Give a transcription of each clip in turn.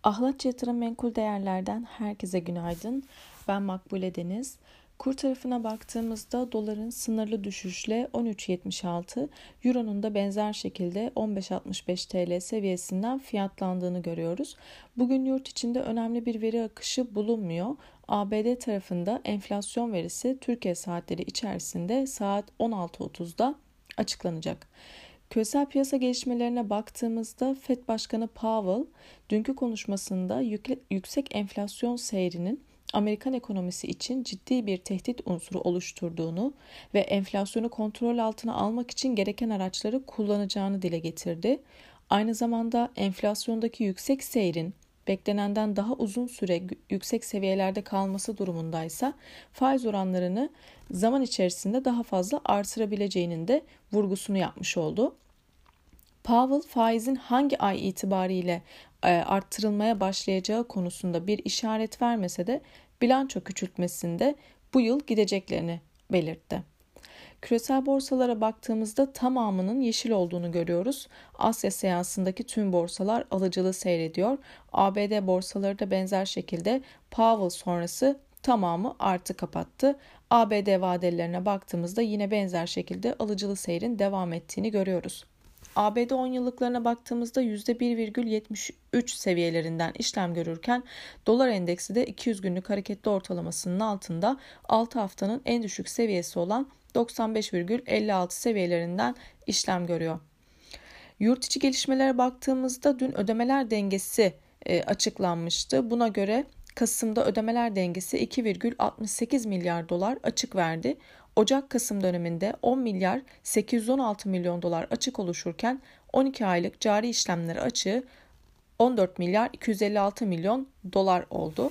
Ahlatçı Yatırım Menkul Değerler'den herkese günaydın. Ben Makbule Deniz. Kur tarafına baktığımızda doların sınırlı düşüşle 13.76, Euro'nun da benzer şekilde 15.65 TL seviyesinden fiyatlandığını görüyoruz. Bugün yurt içinde önemli bir veri akışı bulunmuyor. ABD tarafında enflasyon verisi Türkiye saatleri içerisinde saat 16.30'da açıklanacak. Küresel piyasa gelişmelerine baktığımızda FED Başkanı Powell dünkü konuşmasında yüksek enflasyon seyrinin Amerikan ekonomisi için ciddi bir tehdit unsuru oluşturduğunu ve enflasyonu kontrol altına almak için gereken araçları kullanacağını dile getirdi. Aynı zamanda enflasyondaki yüksek seyrin beklenenden daha uzun süre yüksek seviyelerde kalması durumundaysa faiz oranlarını zaman içerisinde daha fazla artırabileceğinin de vurgusunu yapmış oldu. Powell faizin hangi ay itibariyle arttırılmaya başlayacağı konusunda bir işaret vermese de bilanço küçültmesinde bu yıl gideceklerini belirtti. Küresel borsalara baktığımızda tamamının yeşil olduğunu görüyoruz. Asya seansındaki tüm borsalar alıcılı seyrediyor. ABD borsaları da benzer şekilde Powell sonrası tamamı artı kapattı. ABD vadelilerine baktığımızda yine benzer şekilde alıcılı seyrin devam ettiğini görüyoruz. ABD 10 yıllıklarına baktığımızda %1,73 seviyelerinden işlem görürken dolar endeksi de 200 günlük hareketli ortalamasının altında 6 haftanın en düşük seviyesi olan 95,56 seviyelerinden işlem görüyor. Yurt içi gelişmelere baktığımızda dün ödemeler dengesi açıklanmıştı. Buna göre Kasım'da ödemeler dengesi 2,68 milyar dolar açık verdi. Ocak-Kasım döneminde 10 milyar 816 milyon dolar açık oluşurken 12 aylık cari işlemleri açığı 14 milyar 256 milyon dolar oldu.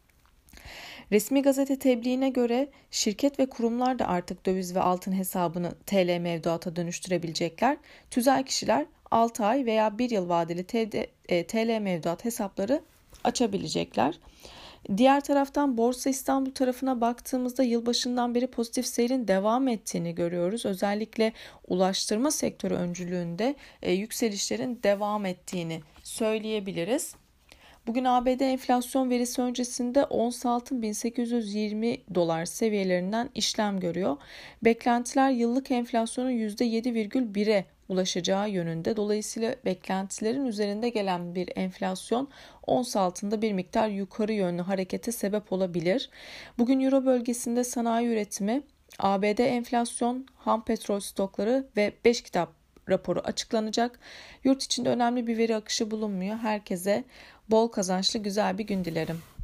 Resmi gazete tebliğine göre şirket ve kurumlar da artık döviz ve altın hesabını TL mevduata dönüştürebilecekler. Tüzel kişiler 6 ay veya 1 yıl vadeli TL mevduat hesapları açabilecekler. Diğer taraftan Borsa İstanbul tarafına baktığımızda yılbaşından beri pozitif seyrin devam ettiğini görüyoruz. Özellikle ulaştırma sektörü öncülüğünde yükselişlerin devam ettiğini söyleyebiliriz. Bugün ABD enflasyon verisi öncesinde ons altın 1820 dolar seviyelerinden işlem görüyor. Beklentiler yıllık enflasyonun %7,1'e ulaşacağı yönünde. Dolayısıyla beklentilerin üzerinde gelen bir enflasyon ons altında bir miktar yukarı yönlü harekete sebep olabilir. Bugün Euro bölgesinde sanayi üretimi, ABD enflasyon, ham petrol stokları ve 5 kitap raporu açıklanacak. Yurt içinde önemli bir veri akışı bulunmuyor. Herkese bol kazançlı güzel bir gün dilerim.